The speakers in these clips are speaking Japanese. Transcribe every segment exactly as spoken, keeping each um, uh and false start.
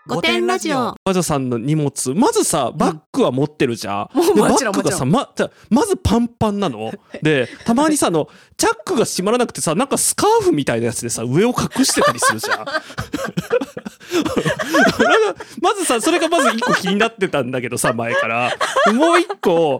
ごてんラジオ。 バジャさんの荷物、まずさバッグは持ってるじゃん、 うん、 でもちろんバッグがさ ま, じゃまずパンパンなので、たまにさあのチャックが閉まらなくてさ、なんかスカーフみたいなやつでさ上を隠してたりするじゃんまずさそれがまず一個気になってたんだけどさ、前からもう一個、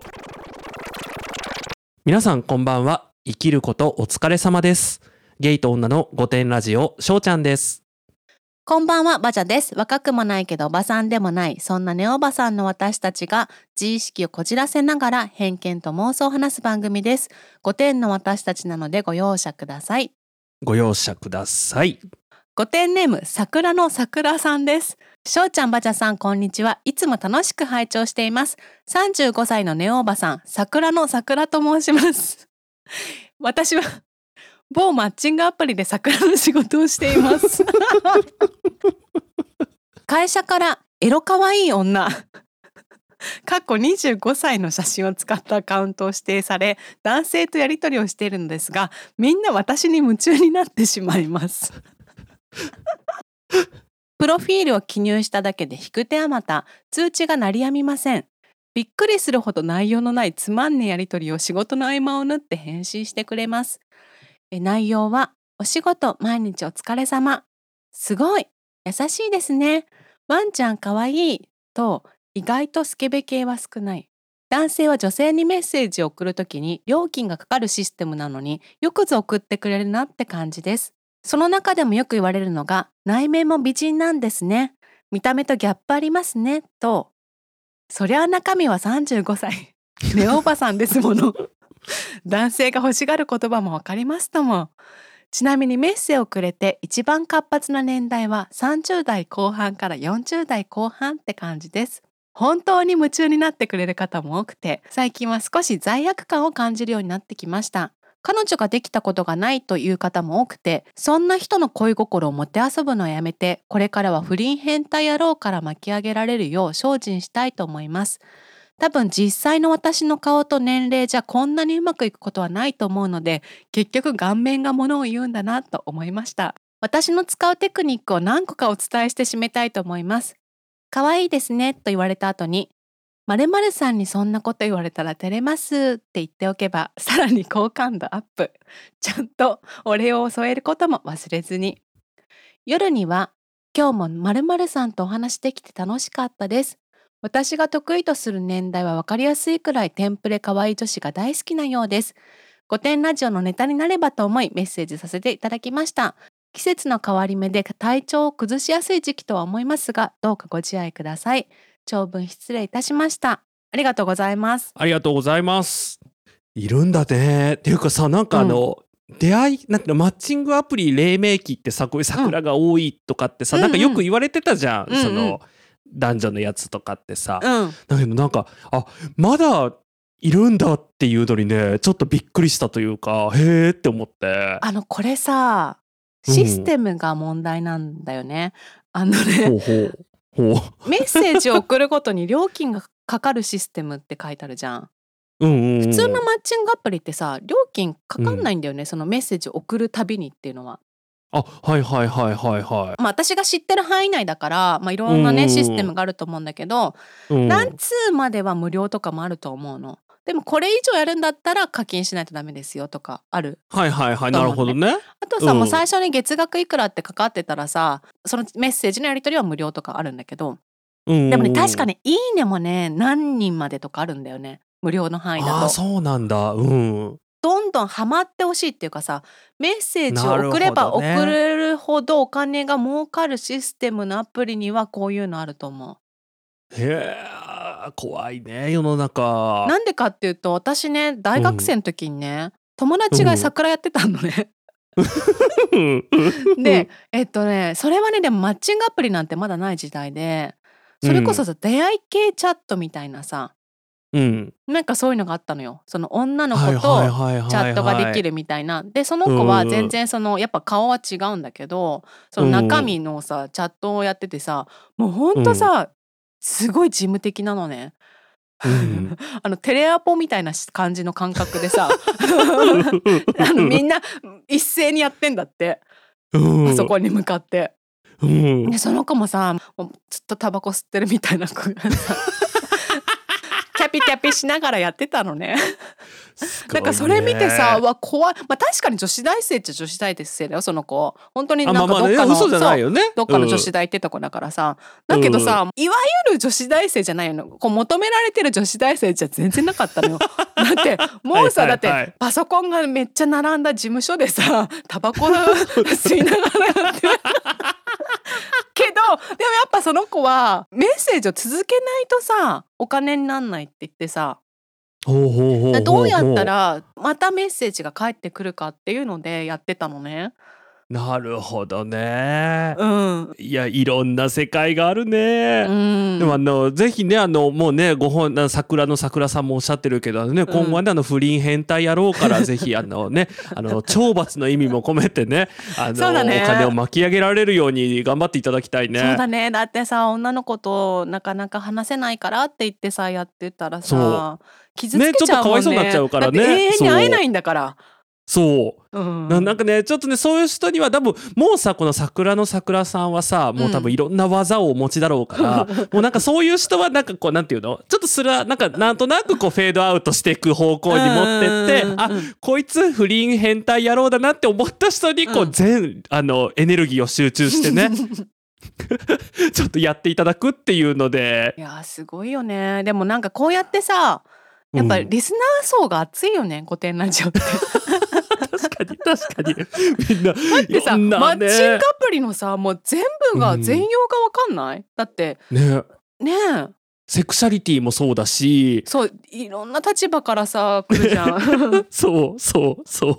皆さんこんばんは。生きることお疲れ様です。ゲイと女のごてんラジオ、しょうちゃんです。 こんばんは、バジャです。若くもないけどおばさんでもない、そんなネオおばさんの私たちが自意識をこじらせながら偏見と妄想を話す番組です。ごてんの私たちなのでご容赦ください。 ご容赦ください。 ごてんネーム、桜の桜さんです。しょうちゃん、バジャさん、こんにちは。いつも楽しく拝聴しています。さんじゅうごさいのネオおばさん、桜の桜と申します。私は某マッチングアプリで桜の仕事をしています会社からエロかわいい女かっこにじゅうごさいの写真を使ったアカウントを指定され、男性とやり取りをしているのですが、みんな私に夢中になってしまいますプロフィールを記入しただけで引く手あまた、通知が鳴りやみません。びっくりするほど内容のないつまんねえやり取りを仕事の合間を縫って返信してくれます。え内容は、お仕事毎日お疲れ様。すごい優しいですね。ワンちゃんかわいいと、意外とスケベ系は少ない。男性は女性にメッセージを送るときに料金がかかるシステムなのによくぞ送ってくれるなって感じです。その中でもよく言われるのが、内面も美人なんですね。見た目とギャップありますねと、そりゃ中身はさんじゅうごさいネオおばさんですもの男性が欲しがる言葉もわかりますとも。ちなみにメッセをくれて一番活発な年代はさんじゅうだいこう半からよんじゅうだいこう半って感じです。本当に夢中になってくれる方も多くて、最近は少し罪悪感を感じるようになってきました。彼女ができたことがないという方も多くて、そんな人の恋心をもてあそぶのをやめて、これからは不倫変態野郎から巻き上げられるよう精進したいと思います。多分実際の私の顔と年齢じゃこんなにうまくいくことはないと思うので、結局顔面がものを言うんだなと思いました。私の使うテクニックを何個かお伝えして締めたいと思います。可愛いですねと言われた後に、〇〇さんにそんなこと言われたら照れますって言っておけば、さらに好感度アップ。ちゃんとお礼を添えることも忘れずに。夜には、今日も〇〇さんとお話できて楽しかったです。私が得意とする年代は分かりやすいくらいテンプレ可愛い女子が大好きなようです。ごてんラジオのネタになればと思いメッセージさせていただきました。季節の変わり目で体調を崩しやすい時期とは思いますが、どうかご自愛ください。長文失礼いたしました。ありがとうございます。 ありがとうございます。いるんだね。っていうかさ、なんかあの、うん、出会いなんてマッチングアプリ黎明期ってさ、こういう桜が多いとかってさ、うん、なんかよく言われてたじゃん、うんうん、その男女のやつとかってさ、うん、だけどなんかあまだいるんだっていうのにね、ちょっとびっくりしたというか、へーって思って。 あのこれさ、システムが問題なんだよね、うん、あのね、 ほうほうメッセージを送るごとに料金がかかるシステムって書いてあるじゃん。 うんうんうん、 普通のマッチングアプリってさ、料金かかんないんだよね、うん、そのメッセージを送るたびにっていうのは。 あ、はいはいはいはいはい。 まあ私が知ってる範囲内だから、まあいろんなね、うんうん、システムがあると思うんだけど、うん、何通までは無料とかもあると思うの。でもこれ以上やるんだったら課金しないとダメですよとかある。 はいはいはい、なるほどね。 あとさ、うん、もう最初に月額いくらってかかってたらさ、そのメッセージのやり取りは無料とかあるんだけど、うんうん、でもね、確かね、いいねもね、何人までとかあるんだよね、無料の範囲だと。 あ、そうなんだ。うん。 どんどんハマってほしいっていうかさ、メッセージを送れば送れるほどお金が儲かるシステムのアプリにはこういうのあると思う。 へえ、怖いね世の中。 なんでかっていうと、私ね、大学生の時にね、うん、友達が桜やってたのね、うん、でえっとねそれはね、でもマッチングアプリなんてまだない時代で、それこそさ、うん、出会い系チャットみたいなさ、うん、なんかそういうのがあったのよ。その女の子とチャットができるみたいな。でその子は全然そのやっぱ顔は違うんだけど、その中身のさチャットをやっててさ、もうほんとさ、うん、すごい事務的なのね。うん、あのテレアポみたいな感じの感覚でさあのみんな一斉にやってんだって、うん、パソコンに向かって。 うん、 でその子もさもうずっとタバコ吸ってるみたいな子がさキャピキャピしながらやってたのね。 すごいね。 なんかそれ見てさ、うわ怖い。まあ確かに女子大生っちゃ女子大生だよその子。本当になんかどっかの、 あまあまあね、嘘じゃないよね。 どっかの女子大行ってた子だからさ、うん、だけどさ、いわゆる女子大生じゃないの、こう求められてる女子大生じゃ全然なかったのよ。だってもうさ、はいはいはい、だってパソコンがめっちゃ並んだ事務所でさタバコ吸いながらやってけどでもやっぱその子はメッセージを続けないとさお金になんないって言ってさ、 ほうほうほうほうほう、 どうやったらまたメッセージが返ってくるかっていうのでやってたのね。 なるほどね、 うん、 いやいろんな世界があるね、うん、でもあのぜひねあのもうねご本桜の桜さんもおっしゃってるけどね、今後はねあの不倫変態野郎からぜひあのねあの懲罰の意味も込めてねあのねお金を巻き上げられるように頑張っていただきたいね。 そうだね。だってさ女の子となかなか話せないからって言ってさやってたらさ傷つけちゃうもんね。 ねちょっとかわいそうになっちゃうからね。 だって永遠に会えないんだから。 そう、うん、な, なんかねちょっとねそういう人には多分もうさこの桜の桜さんはさもう多分いろんな技をお持ちだろうから、うん、もうなんかそういう人はなんかこうなんていうのちょっとすらなんかなんとなくこうフェードアウトしていく方向に持ってってあこいつ不倫変態野郎だなって思った人にこう全、うん、あのエネルギーを集中してねちょっとやっていただくっていうので、 いやすごいよね。でもなんかこうやってさやっぱりリスナー層が熱いよね、御殿ラジオって確かに確かにみんなだってさ、ね、マッチングアプリのさもう全部が全容が分かんない、うん、だってねねえセクシャリティもそうだしそういろんな立場からさ来るじゃんそうそうそう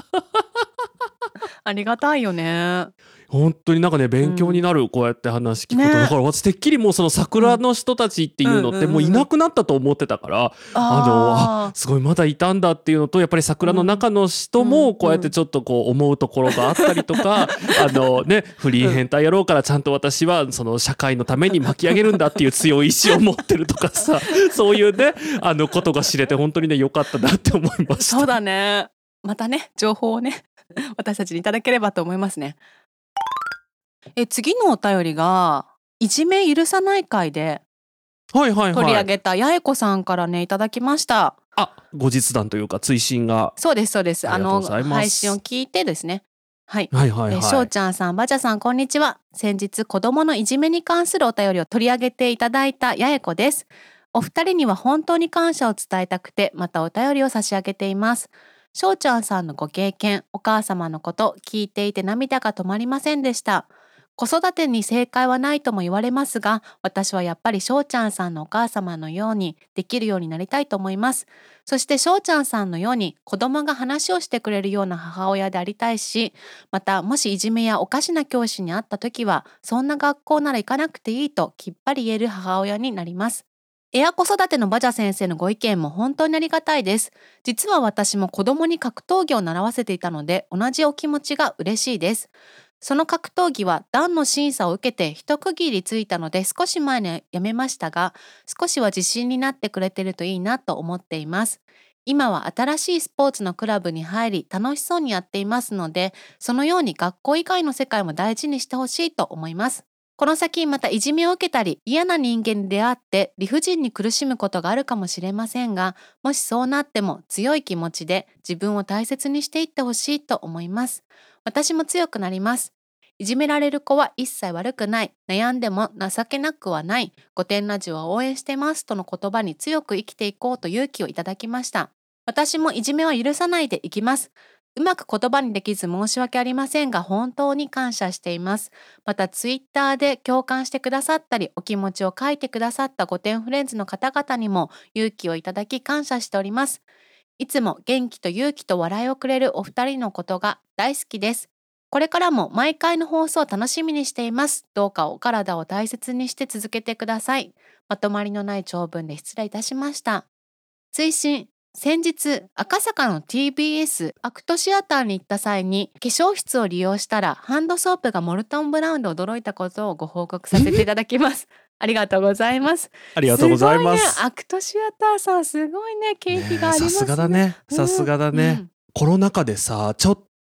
ありがたいよね。 本当になんかね勉強になる、うん、こうやって話聞くと、ね、だから私てっきりもうその桜の人たちっていうのってもういなくなったと思ってたから、うんうんうん、あのあすごいまだいたんだっていうのとやっぱり桜の中の人もこうやってちょっとこう思うところがあったりとか、うんうん、あのね不倫変態野郎からちゃんと私はその社会のために巻き上げるんだっていう強い意志を持ってるとかさそういうねあのことが知れて本当にね良かったなって思いました。 そうだね。またね情報をね私たちにいただければと思いますね。え次のお便りがいじめ許さない会で取り上げた八重子さんからねいただきました。 あ後日談というか追伸が。 そうですそうです。あの配信を聞いてですね。はい。 はいはいはい。 しょうちゃんさんばちゃさんこんにちは。先日子どものいじめに関するお便りを取り上げていただいた八重子です。お二人には本当に感謝を伝えたくてまたお便りを差し上げています。しょうちゃんさんのご経験お母様のこと聞いていて涙が止まりませんでした。子育てに正解はないとも言われますが、私はやっぱりしょうちゃんさんのお母様のようにできるようになりたいと思います。そしてしょうちゃんさんのように子供が話をしてくれるような母親でありたいし、またもしいじめやおかしな教師にあった時は、そんな学校なら行かなくていいときっぱり言える母親になります。エア子育てのバジャ先生のご意見も本当にありがたいです。実は私も子供に格闘技を習わせていたので、同じお気持ちが嬉しいです。その格闘技は段の審査を受けて一区切りついたので少し前にやめましたが、少しは自信になってくれてるといいなと思っています。今は新しいスポーツのクラブに入り楽しそうにやっていますので、そのように学校以外の世界も大事にしてほしいと思います。この先またいじめを受けたり嫌な人間に出会って理不尽に苦しむことがあるかもしれませんが、もしそうなっても強い気持ちで自分を大切にしていってほしいと思います。私も強くなります。いじめられる子は一切悪くない。悩んでも情けなくはない。御殿ラジオは応援してますとの言葉に強く生きていこうと勇気をいただきました。私もいじめは許さないでいきます。うまく言葉にできず申し訳ありませんが本当に感謝しています。またツイッターで共感してくださったりお気持ちを書いてくださった御殿フレンズの方々にも勇気をいただき感謝しております。いつも元気と勇気と笑いをくれるお二人のことが大好きです。これからも毎回の放送を楽しみにしています。どうかお体を大切にして続けてください。まとまりのない長文で失礼いたしました。追伸、先日赤坂の ティービーエス アクトシアターに行った際に化粧室を利用したらハンドソープがモルトンブラウンで驚いたことをご報告させていただきます。ありがとうございます。 ありがとうございます。 すごいね、アクトシアターさんすごいね経費がありますね。 さすがだね。さすがだね。うんうん、コロナ禍でさちょっと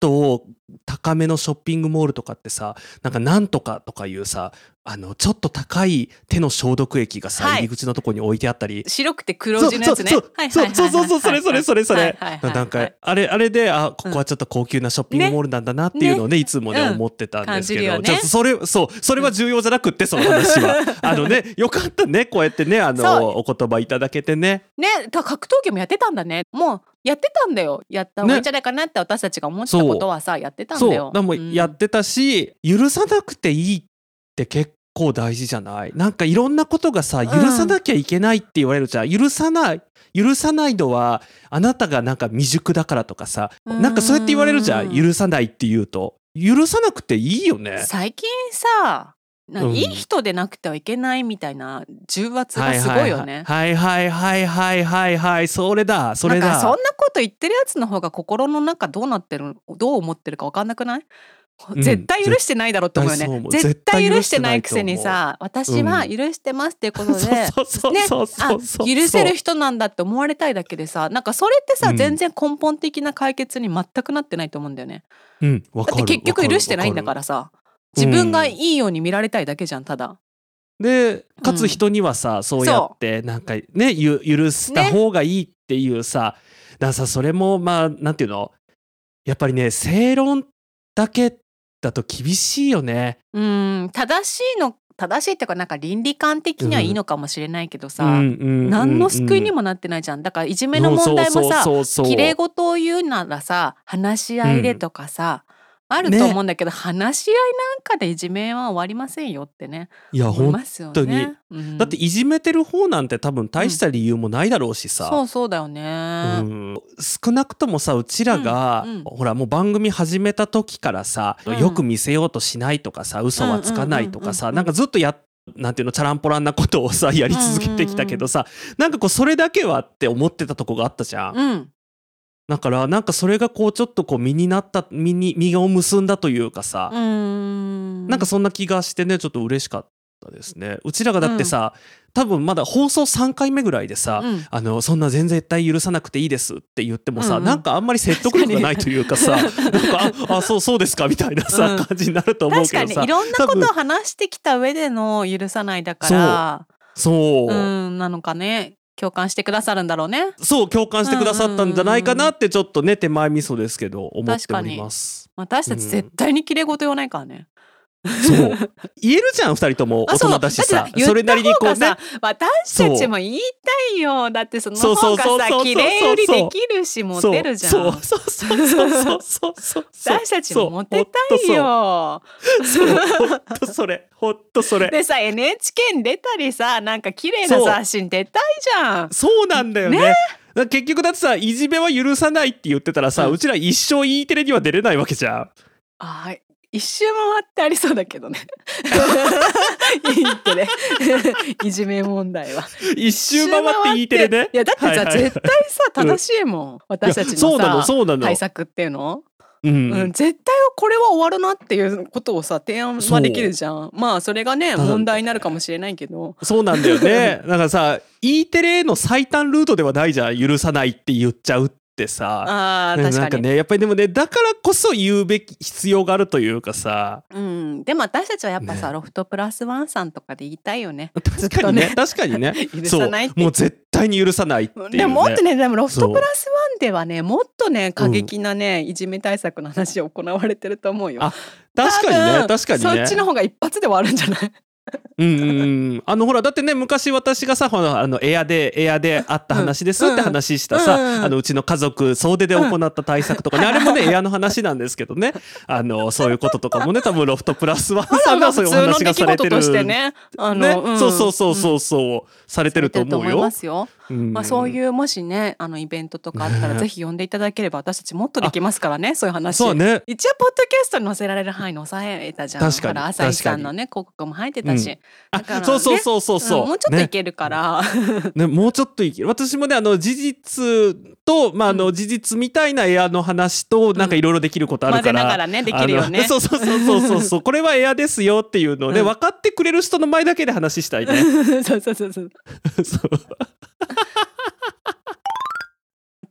と高めのショッピングモールとかってさ、なんかなんとかとかいうさ、あのちょっと高い手の消毒液がさ、 はい入り口のとこに置いてあったり、 白くて黒地のやつね。 そうはいそうはいはいはいそうそうそう、それそれそれそれ、 はいはいはいはいなんかあれあれで、あ、ここはちょっと高級なショッピングモールなんだなっていうのをね、いつもね、 うん思ってたんですけど、 感じるよねちょっとそれそうそれは重要じゃなくって、その話はあのね、よかったね、こうやってね、あそうのお言葉いただけてね。 ね、だから格闘技もやってたんだね。もうやってたんだよ。やった方がいいんじゃないかなって私たちが思ってたことはさ、やってたんそうだよ。 でもうんやってたし、許さなくていいって結構大事じゃない？なんかいろんなことがさ、 ん許さなきゃいけないって言われるじゃん。許さない許さないのはあなたがなんか未熟だからとかさ、 うんなんかそうやって言われるじゃん。許さないって言うと、許さなくていいよね。 最近さ、なんかうんいい人でなくてはいけないみたいな重圧がすごいよね。 はいはいはいはいはいはい、それだそれだ。 なんかそんなこと言ってるやつの方が心の中どうなってるどう思ってるか分かんなくない？ うん絶対許してないだろうと思うよね。 絶対そう思う絶対許し絶対許しててないくせにさ、私は許してますっていうことで、 そうそうね、 そうそうあそう許せる人なんだって思われたいだけでさ、なんかそれってさ、 うん全然根本的な解決に全くなってないと思うんだよね。 うん、わかる。 だって結局許してないんだからさ、自分がいいように見られたいだけじゃん、ただ。 でかつ人にはさ、そうやってなんかね、ゆ許した方がいいっていうさ、だからさ、それもまあなんていうの、やっぱりね、正論だけだと厳しいよね。 うん正しいの正しいっていうか、なんか倫理観的にはいいのかもしれないけどさ、 うんうんうんうん、 何の救いにもなってないじゃん。だからいじめの問題もさ、 そうそうそうそう綺麗事を言うならさ、話し合いでとかさ、あると思うんだけど、話し合いなんかでいじめは終わりませんよってね、 いや思いますよね。 本当にうんだっていじめてる方なんて多分大した理由もないだろうしさ、 そうそうだよね。 うん少なくともさ、うちらが、 うんうんほらもう番組始めた時からさ、 うんよく見せようとしないとかさ、嘘はつかないとかさ、 うんうんうんうんなんかずっとやなんていうの、チャランポランなことをさやり続けてきたけどさ、なんかこうそれだけはって思ってたとこがあったじゃん。 うんだからなんかそれがこうちょっとこう身になった身に身を結んだというかさ、 うーんなんかそんな気がしてね、ちょっと嬉しかったですね。うちらがだってさ、多分まだ放送さんかいめぐらいでさ、 うんあのそんな全然絶対許さなくていいですって言ってもさ、 うんうんなんかあんまり説得力がないというかさ、なんかああそうそうですかみたいなさ、 うん感じになると思う確けどさ、 かにいろんなことを多分話してきた上での許さないだからそう、 うんなのかね、共感してくださるんだろうね。 そう共感してくださったんじゃないかなってちょっとね、手前味噌ですけど思っております。 私たち絶対に綺麗事言わないからね。 そう言えるじゃんふたりとも大人だしさ、 あそうだってそれなりにこうね言った方がさ、私たちも言いたいよ。だってそのそうそう方がさそうそう綺麗売りできるしモテるじゃん。 そうそうそうそうそうそうそう私たちもモテたいよ。 そうほんとそれほんとそれでさ エヌエイチケー に出たりさ、なんか綺麗な写真出たいじゃん。 そうなんだよね。だから結局だってさ、いじめは許さないって言ってたらさ、 ううんちら一生 E テレには出れないわけじゃん。 あー一周回ってありそうだけどね。いいってね。いじめ問題は。 一周回って E テレね。 いやだってさ、 はいはい絶対さ正しいもん、私たちのそうなのさそうなの。 対策っていうの。 うんうん、絶対これは終わるなっていうことをさ提案はできるじゃん。まあそれがねだから問題になるかもしれないけど。 そうなんだよね。だからさ E テレの最短ルートではないじゃん、許さないって言っちゃうってさ。 あー確かに。 なんかねやっぱりでもね、だからこそ言うべき必要があるというかさ。 うん、でも私たちはやっぱさ、 ねロフトプラスワンさんとかで言いたいよね。 確かにね確かにね許さないってそうもう絶対に許さないっていうね。 でももっとね、でもロフトプラスワンではね、もっとね過激なね、いじめ対策の話行われてると思うよ。 あ確かにね多分確かにね。 そっちの方が一発で終わるんじゃない？ うんうんうん、あのほらだってね、昔私がさほらあのエアでエアであった話ですって話したさ、 うんうんあのうちの家族総出で行った対策とかね、あれもねエアの話なんですけどね、あのそういうこととかもね多分ロフトプラスワンさんがそういうお話がされてる普通の出来事としてね、あの、 ねうんそうそうそうそうそう、されてると思うされてると思いよま。すよ。 うんまあそういうもしねあのイベントとかあったらねぜひ呼んでいただければ私たちもっとできますからね、そういう話。 そうね一応ポッドキャストに載せられる範囲に抑えたじゃん。 確かにほら朝日さんのね広告も入ってたし、 あだからねそうそうそうそうそう、 うんもうちょっといねけるから、 ね、もうちょっといける。私もねあの事実と、まあ、あの事実みたいなエアの話となんかいろいろできることあるから、 混ぜながらねできるよねあのそうそうそうそうそうそうこれはエアですよっていうのをね、 うん分かってくれる人の前だけで話したいね。 そうそうそうそう。 そう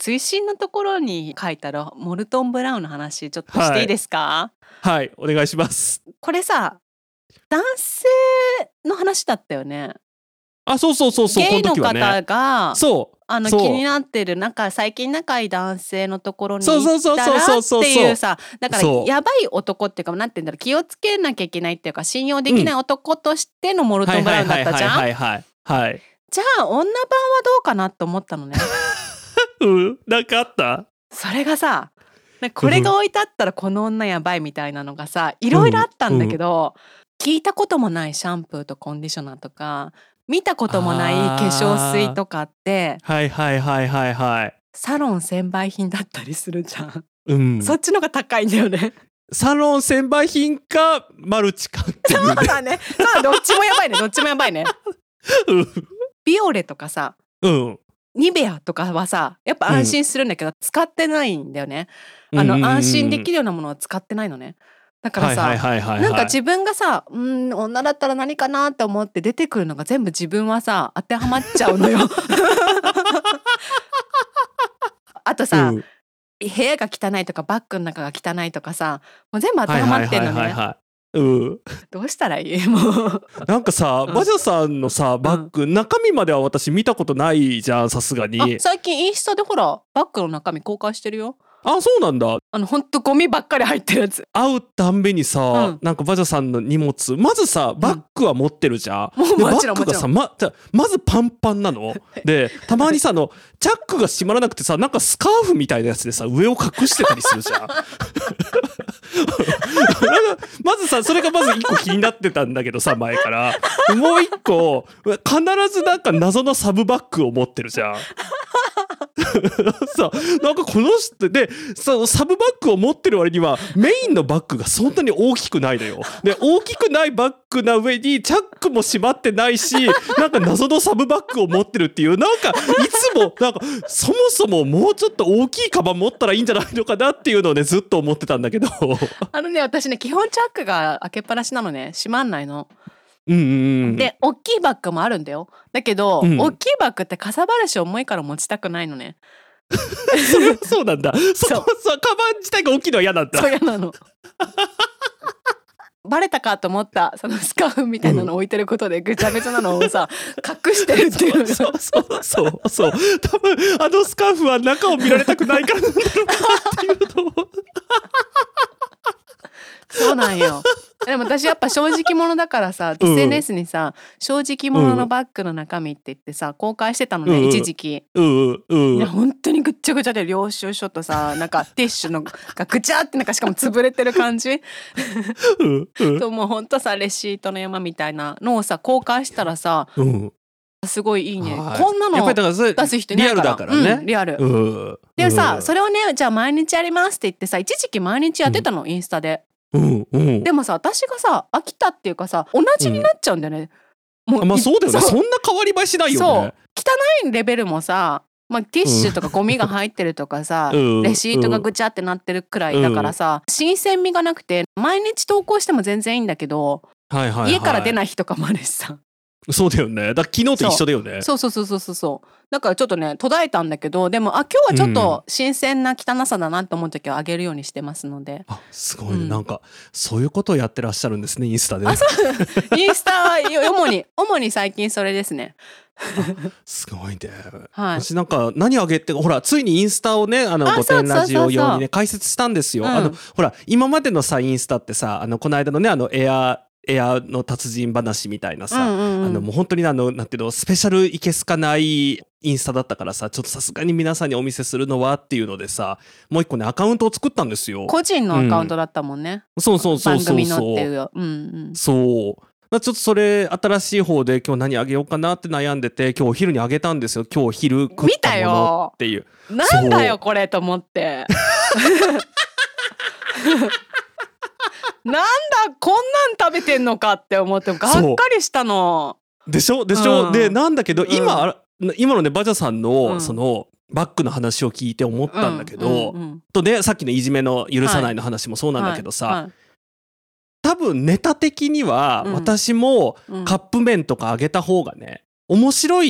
追伸のところに書いてあるモルトンブラウンの話ちょっとしていいですか？ はい、お願いします。 これさ、男性の話だったよね。 あ、そうそうそうそう、 ゲイのこの時はね。 方がそうあの気そうになってるなんか最近仲いい男性のところにそう行そうそうったらっそうそうそうていうさ、だからそうやばい男っていうかなんて言うんだろう、気をつけなきゃいけないっていうか信用できない男としてのモルトンブラウンだったじゃん。 はいはいはいはいはいはい。 じゃあ女版はどうかなと思ったのね。 うんなんかあった？ それがさ、なんかこれが置いてあったらこの女やばいみたいなのがさ、いろいろあったんだけど、聞いたこともないシャンプーとコンディショナーとか見たこともない化粧水とかってはいはいはいはいはい。 サロン専売品だったりするじゃん。 うん。 そっちのが高いんだよね。 サロン専売品かマルチかっていうね。 そうだね。そうだ、どっちもやばいね。どっちもやばいね。 うんビオレとかさ、 うんニベアとかはさ、やっぱ安心するんだけど、使ってないんだよね。あの、 うんうんうんうん安心できるようなものは使ってないのね。だからさ、 はいはいはいはいはいなんか自分がさ、うーん、女だったら何かなって思って出てくるのが全部自分はさ、当てはまっちゃうのよ。あとさ、 うん部屋が汚いとかバッグの中が汚いとかさ、もう全部当てはまってんのね。 はいはいはいはいはいうんどうしたらいい？もう。 なんかさ、 うんバジャさんのさバッグ、中身までは私見たことないじゃん、さすがに。 あ、最近インスタでほらバッグの中身公開してるよ。 あ、そうなんだ。 あのほんとゴミばっかり入ってるやつ。 会うたんびにさ、 うんなんかバジャさんの荷物まずさバッグは持ってるじゃん、 もうでもちろんバッグがさまじゃまずパンパンなので、たまにさあのチャックが閉まらなくてさ、なんかスカーフみたいなやつでさ上を隠してたりするじゃん。まずさそれがまず一個気になってたんだけどさ、前からもう一個必ずなんか謎のサブバッグを持ってるじゃん。さなんかこの人でさサブバッグを持ってる割にはメインのバッグがそんなに大きくないのよ。で大きくないバッグな上にチャックも閉まってないし、なんか謎のサブバッグを持ってるっていう、なんかいつもなんかそもそももうちょっと大きいカバン持ったらいいんじゃないのかなっていうのをねずっと思ってたんだけど。 あのね、私ね基本チャックが開けっぱなしなのね、閉まんないの。 うんうんうん、 で大きいバッグもあるんだよ。だけど、 うん大きいバッグってかさばるし重いから持ちたくないのね。 それはそうなんだ。そそうこさカバン自体が大きいのは嫌なんだ。 そう嫌なの。バレたかと思ったそのスカーフみたいなの置いてることでぐちゃぐちゃなのをさ隠してるっていうのがそうそうそうそう多分あのスカーフは中を見られたくないからなんだろうなっていうのを。 そうなんよ。でも私やっぱ正直者だからさ、 うんエスエヌエス にさ正直者のバッグの中身って言ってさ公開してたのね、 うん一時期。 うんうんいや本当にぐっちゃぐちゃで領収書とさなんかティッシュのがぐちゃってなんかしかも潰れてる感じうんうんともうほんとさレシートの山みたいなのをさ公開したらさうんすごいいいね、 はいこんなやっぱりだからそれの出す人いないからリアルだからね、 うん、リアル、 うんでさ、 うんそれをねじゃあ毎日やりますって言ってさ一時期毎日やってたの、インスタで。 うんうんでもさ私がさ飽きたっていうかさ同じになっちゃうんだよね、もあまあそうだよね、そそんな変わり映えしないよそうね。 汚いレベルもさ、まあ、ティッシュとかゴミが入ってるとかさ、 うんレシートがぐちゃってなってるくらいだからさ、新鮮味がなくて毎日投稿しても全然いいんだけど、 はいはいはい、 家から出ない日とかもあるしさ。 そうだよね。だから昨日と一緒だよね。 そうそうそうそうそうそう。だからちょっとね途絶えたんだけど、でもあ今日はちょっと新鮮な汚さだなと思う時はあげるようにしてますので。 あすごいね、 うんなんかそういうことをやってらっしゃるんですね、インスタで。 あそうインスタは主に主に最近それですね。 すごいね、 はい、 私なんか何あげてほらついにインスタをねあのあ御殿ラジオ用にねそう解説したんですよ、 うんあのほら今までのさインスタってさあのこの間のねあのエアエアの達人話みたいなさ、 うんうんうん、 あのもう本当にあのなんていうのスペシャルいけすかないインスタだったからさ、ちょっとさすがに皆さんにお見せするのはっていうのでさ、もう一個ねアカウントを作ったんですよ。 個人のアカウントだったもんね、 うん、そうそうそうそうそう番組のっていう、うんうん、 そうちょっとそれ新しい方で今日何あげようかなって悩んでて、今日お昼にあげたんですよ。今日昼食ったものっていう。 なんだよこれと思ってなんだこんなん食べてんのかって思ってがっかりしたのでしょでしょ、うん、でなんだけど今、うん、今のねバジャさんの、うん、そのバッグの話を聞いて思ったんだけど、うんうんうん、とねさっきのいじめの許さないの話もそうなんだけどさ、はいはいはい、多分ネタ的には私もカップ麺とかあげた方がね面白い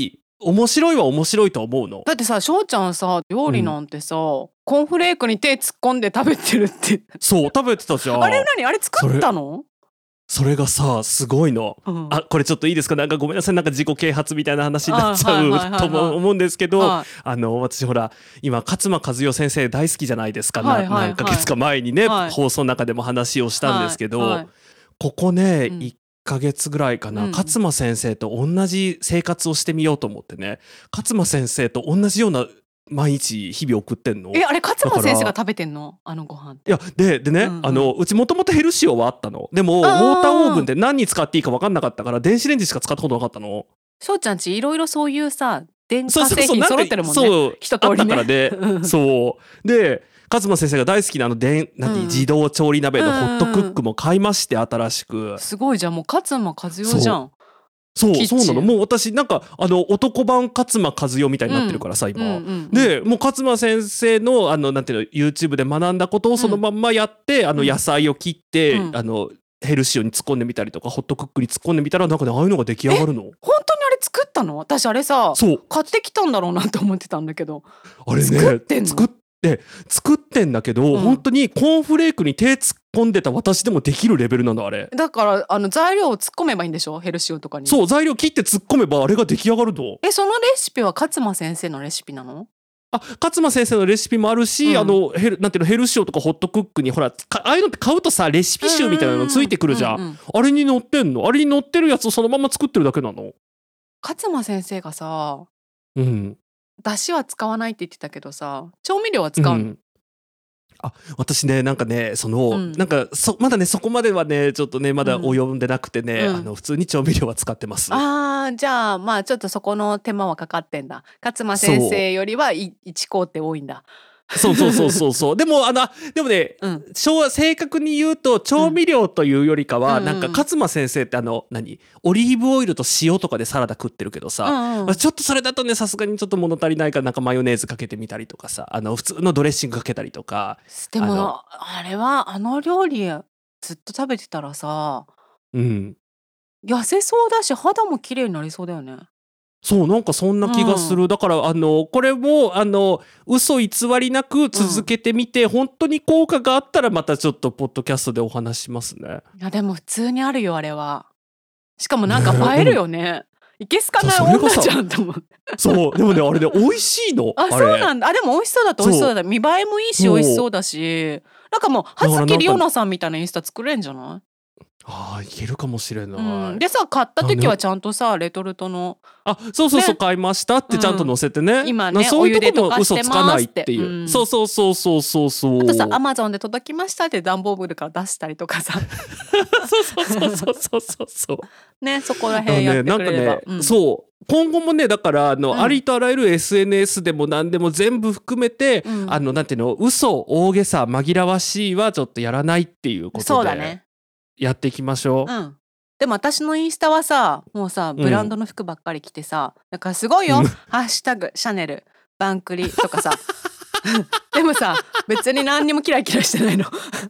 面白いは面白いと思うの。 だってさ、翔ちゃんさ、料理なんてさ、コーンフレークに手突っ込んで食べてるって。 そう食べてたじゃん。 あれ何あれ作ったの？ それがさすごいの、うん、あこれちょっといいですか、なんかごめんなさい、なんか自己啓発みたいな話になっちゃうとも思うんですけど、はい、あの私ほら今勝間和代先生大好きじゃないですか、はいはいはい、何ヶ月か前にね、はい、放送の中でも話をしたんですけど、はいはい、ここね、うん、いっかげつぐらいかな、うん、勝間先生と同じ生活をしてみようと思ってね、勝間先生と同じような毎日日々送ってんの。 えあれ勝間先生が食べてんのあのご飯って。 いやででね、うんうん、あのうちもともとヘルシオはあったの。でもウォーターオーブンって何に使っていいか分かんなかったから電子レンジしか使ったことなかったの。 翔ちゃんちいろいろそういうさ電化製品揃ってるもんね。そう一通りね。 あったからでそうで勝間先生が大好きなあの電何、うん、自動調理鍋のホットクックも買いまして、新しく。 すごいじゃん、もう勝間和代じゃん。 そうそうなの。もう私なんかあの男版勝間和代みたいになってるからさ、うん、今、うんうんうん、でもう勝間先生のあのなんていうの YouTube で学んだことをそのまんまやって、うん、あの野菜を切って、うん、あのヘルシオに突っ込んでみたりとかホットクックに突っ込んでみたらなんかねああいうのが出来上がるの。 本当にあれ作ったの？私あれさ買ってきたんだろうなって思ってたんだけど、 あれね作ってんの？ 作って作ってんだけど、うん、本当にコーンフレークに手突っ込んでた私でもできるレベルなのあれ。 だからあの材料を突っ込めばいいんでしょ、ヘルシオとかに。 そう材料切って突っ込めばあれが出来上がるの。 えそのレシピは勝間先生のレシピなの？ あ勝間先生のレシピもあるし、うん、あのヘルなんていうのヘルシオとかホットクックにほらああいうのって買うとさレシピ集みたいなのついてくるじゃん、うんうんうん、あれに載ってんの。あれに載ってるやつをそのまま作ってるだけなの。 勝間先生がさ、 うん、 だしは使わないって言ってたけどさ調味料は使うの？うんあ私ねなんかねその、うん、なんかそまだねそこまではねちょっとねまだ及んでなくてね、うん、あの普通に調味料は使ってます。 あーじゃあまあちょっとそこの手間はかかってんだ。勝間先生よりはいち工程多いんだ。 そうそうそうそうそうでもあのでもね、うん、正確に言うと調味料というよりかは、うん、なんか勝間先生ってあの何オリーブオイルと塩とかでサラダ食ってるけどさ、うんうん、ちょっとそれだとねさすがにちょっと物足りないからなんかマヨネーズかけてみたりとかさあの普通のドレッシングかけたりとか。 でも あ, あれはあの料理ずっと食べてたらさ、 うん、 痩せそうだし肌も綺麗になりそうだよね。 そうなんかそんな気がする、うん、だからあのこれもあの嘘偽りなく続けてみて、うん、本当に効果があったらまたちょっとポッドキャストでお話しますね。 いやでも普通にあるよあれは。しかもなんか映えるよね。いけすかない女じゃんと思って。 そうでもねあれね美味しいの。 あそうなんだ。あでも美味しそうだと美味しそうだ。見栄えもいいし美味しそうだし、なんかもう葉月里央奈さんみたいなインスタ作れんじゃない？ あーいけるかもしれない、 うん、でさ買った時はちゃんとさレトルトのあそうそうそう、ね、買いましたってちゃんと載せてね、 うん、今ねそういうとこも嘘つかないっていう、うん、そうそうそうそうそうそう。 あとさアマゾンで届きましたって段ボールから出したりとかさそうそうそうそうそうそうそうねそこら辺やってくれれば、ねなんかねうん、そう今後もねだからあの、うん、ありとあらゆる エスエヌエス でも何でも全部含めて、うん、あのなんていうの嘘大げさ紛らわしいはちょっとやらないっていうことでそうだねやっていきましょう、 うん、でも私のインスタはさもうさブランドの服ばっかり着てさ、うん、だからすごいよ、うん、ハッシュタグシャネルバンクリとかさでもさ別に何にもキラキラしてないの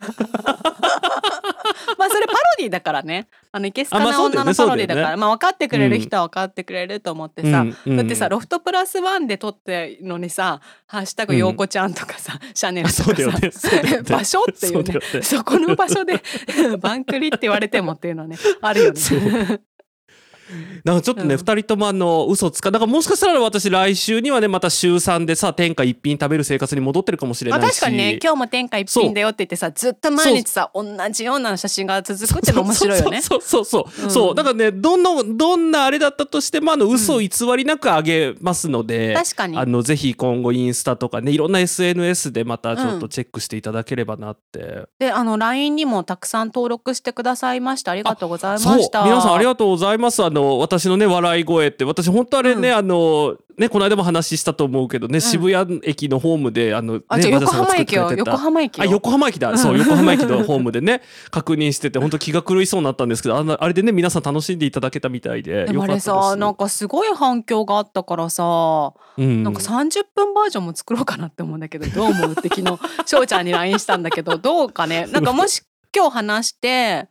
まあそれパロディだからねあのいけすかな女のパロディだから、まあ、まあ分かってくれる人は分かってくれると思ってさ、うん、だってさロフトプラスワンで撮ってるのにさハッシュタグようこちゃんとかさ、うん、シャネルとかさ、ねね、場所っていうね そ, うねそこの場所でバンクリって言われてもっていうのはねあるよねなんかちょっとね、うん、ふたりともあの嘘つかだからもしかしたら私来週にはねまた週さんでさ天下一品食べる生活に戻ってるかもしれないし、 あ確かにね今日も天下一品だよって言ってさずっと毎日さ同じような写真が続くっての面白いよね。 そうそうそうそう、うん、そうだからねどのどんなあれだったとしてもあの嘘偽りなくあげますので、 うん、確かにあのぜひ今後インスタとかねいろんな エスエヌエス でまたちょっとチェックしていただければなって、うん、 であの ライン にもたくさん登録してくださいました。ありがとうございました。 そう皆さんありがとうございます。あの私のね笑い声って私本当あれね、うん、あのねこの間も話したと思うけどね、うん、渋谷駅のホームであの、ね、 あじゃあ横浜駅よ横浜駅よあ横浜駅だそう横浜駅のホームでね確認してて本当気が狂いそうになったんですけど あ, のあれでね皆さん楽しんでいただけたみたいででもあれさなんかすごい反響があったからさ、うん、なんかさんじゅっぷんバージョンも作ろうかなって思うんだけどどう思うって昨日翔ちゃんに ライン したんだけどどうかねなんかもし今日話して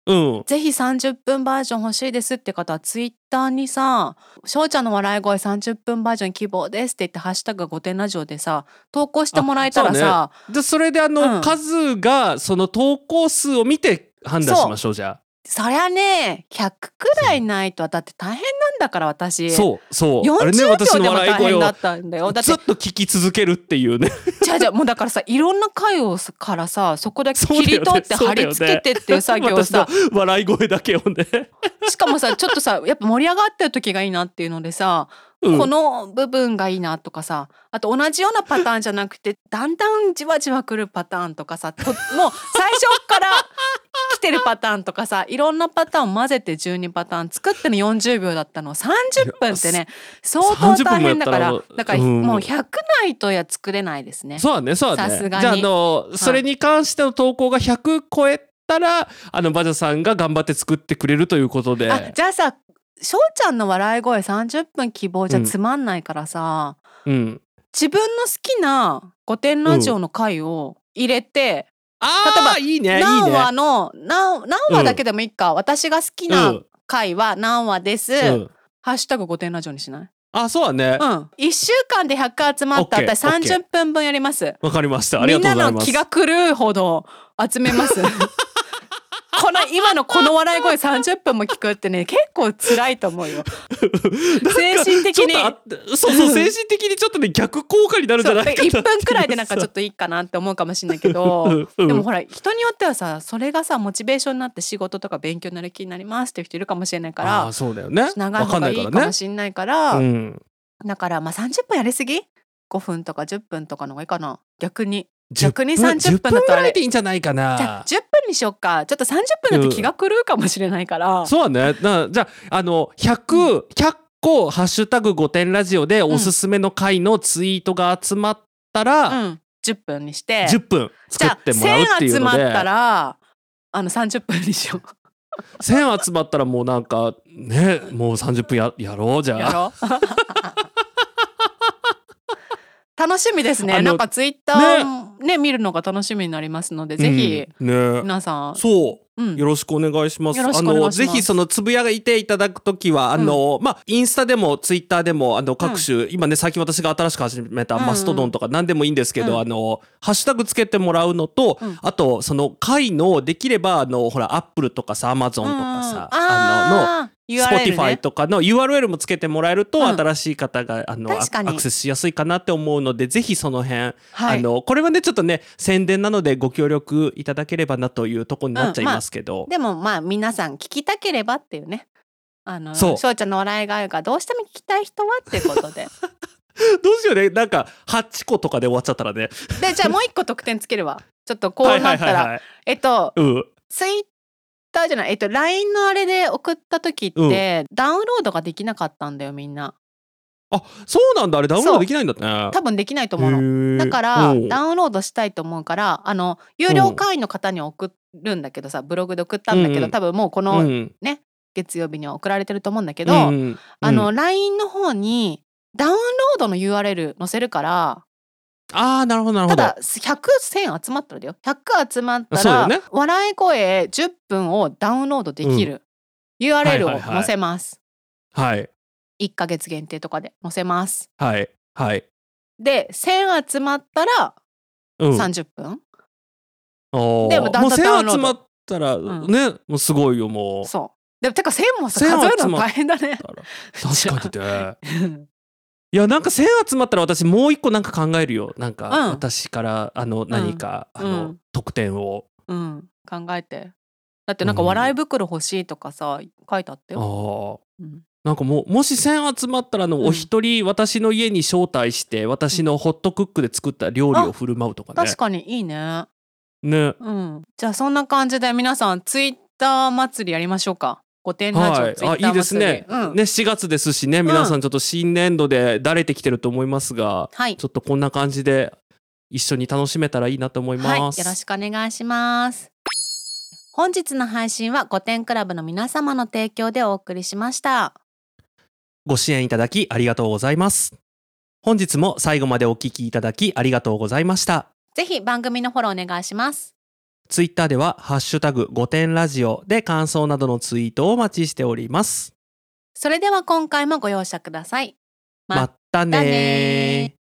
うん。 ぜひさんじゅっぷんバージョン欲しいですって方はツイッターにさ、しょうちゃんの笑い声さんじゅっぷんバージョン希望ですって言ってハッシュタグごてんラジオでさ投稿してもらえたらさ、 そうね、でそれであの、 うん、 数がその投稿数を見て判断しましょう。じゃあそりゃねひゃくくらいないとだって大変なんだから私そうそうあれね、 よんじゅうびょ私のうでも大笑い声を変だったんだよ。だってずっと聞き続けるっていうねじゃあじゃあもうだからさいろんな回をからさそこだけ切り取って貼り付けてっていう作業をさ、 私の笑い声だけをねしかもさちょっとさやっぱ盛り上がってる時がいいなっていうのでさ、うん、この部分がいいなとかさ、あと同じようなパターンじゃなくてだんだんじわじわくるパターンとかさ、ともう最初から来てるパターンとかさ、いろんなパターンを混ぜてじゅうにパターン作ってのよんじゅうびょうだったのさんじゅっぷんってね相当大変だからだからもうひゃくないとや作れないですね。 そうだねそうだね。 さすがにじゃああの、はい、それに関しての投稿がひゃく超えたらあのバジャさんが頑張って作ってくれるということで。 あじゃあさしょうちゃんの笑い声さんじゅっぷん希望じゃつまんないからさ、 うん、 自分の好きなごてんラジオの回を入れて、 うん、あ例えばいいね何話の何, 何話だけでもいいか、うん、私が好きな回は何話です、うん、ハッシュタグごてんラジオにしない？ あそうだね、 うん、いっしゅうかんでひゃく集まったら私さんじゅっぷんぶんやります。 わかりました、ありがとうございます。 みんなの気が狂うほど集めますこの今のこの笑い声さんじゅっぷんも聞くってね結構辛いと思うよ精神的にそうそう精神的にちょっとね逆効果になるんじゃないかなっていっぷんくらいでなんかちょっといいかなって思うかもしれないけどうん、でもほら人によってはさそれがさモチベーションになって仕事とか勉強になる気になりますっていう人いるかもしれないから、 あそうだよね、 長い方がいいかもしれないから、 うん、 だからまあさんじゅっぷんやりすぎごふんとかじゅっぷんとかの方がいいかな。逆に逆にさんじゅっぷんだとあれじゅっぷんぐらいでいいんじゃないかな。 じゃあじゅっぷんにしよっか。ちょっとさんじゅっぷんだと気が狂うかもしれないから、 うん、そうね。なじゃああのひゃく、うん、ひゃっこハッシュタグごてんラジオでおすすめの回のツイートが集まったら、 うん、じゅっぷんにしてじゅっぷん作ってもらうっていうので、 じゃあせん集まったらあのさんじゅっぷんにしようせん集まったらもうなんかねもうさんじゅっぷん や, やろうじゃあやろう楽しみですね。なんかツイッターね、ね見るのが楽しみになりますので、ぜひ、うんね、皆さんそう、うん、よろしくお願いします。あのぜひそのつぶやいていただくときはあの、うん、まあインスタでもツイッターでもあの各種、うん、今ね最近私が新しく始めたマストドンとか何でもいいんですけど、うん、あのハッシュタグつけてもらうのと、うん、あとその回のできればあのほらアップルとかさアマゾンとかさ、うん、あののSpotify とかの ユーアールエル もつけてもらえると、うん、新しい方があのアクセスしやすいかなって思うのでぜひその辺、はい、あのこれはねちょっとね宣伝なのでご協力いただければなというところになっちゃいますけど、 うんまあ、でもまあ皆さん聞きたければっていうねあのしょうちゃんの笑い声がどうしても聞きたい人はっていうことでどうしようねなんかはちことかで終わっちゃったらねでじゃあもう一個得点つけるわちょっとこうなったら、はいはいはいはい、えっと、うん、ツイッターじゃない、えっと、ライン のあれで送った時って、うん、ダウンロードができなかったんだよみんな。 あそうなんだあれダウンロードできないんだってね。 多分できないと思うのだから、うん、ダウンロードしたいと思うからあの有料会員の方に送るんだけどさ、うん、ブログで送ったんだけど、うん、多分もうこのね、うん、月曜日には送られてると思うんだけど、うん、あの ライン の方にダウンロードの ユーアールエル 載せるからあーなるほどなるほど。 ただひゃく、せん集まったらだよひゃく集まったら、ね、笑い声じゅっぷんをダウンロードできる、うん、ユーアールエル を載せます。 はい、はいはい、 いっかげつ限定とかで載せます。 はいはいでせん集まったらさんじゅっぷん、うん、 でもだんだんダウンロードもうせん集まったらね、うん、もうすごいよもう。 そうでもてかせんもさ数えるの大変だね確かにねいやなんかせん集まったら私もう一個なんか考えるよなんか、うん、私からあの何か、うん、あの、うん、得点を、 うん、考えてだってなんか笑い袋欲しいとかさ、うん、書いてあったよ。 あ、うん、なんかもうもしせん集まったらのお一人私の家に招待して私のホットクックで作った料理を振る舞うとかね。 確かにいいね。 ね、 うん、じゃあそんな感じで皆さんツイッター祭りやりましょうか。ごてんラジオ、はい、ツイッター祭り。あいいですね、うん、ねしがつですしね皆さんちょっと新年度で慣れてきてると思いますが、うん、ちょっとこんな感じで一緒に楽しめたらいいなと思います、はい、よろしくお願いします。本日の配信はごてんクラブの皆様の提供でお送りしました。 ご支援いただきありがとうございます。本日も最後までお聞きいただきありがとうございました。 ぜひ番組のフォローお願いします。 ツイッターではハッシュタグごてんラジオで感想などのツイートをお待ちしております。 それでは今回もご容赦ください。 まったねー。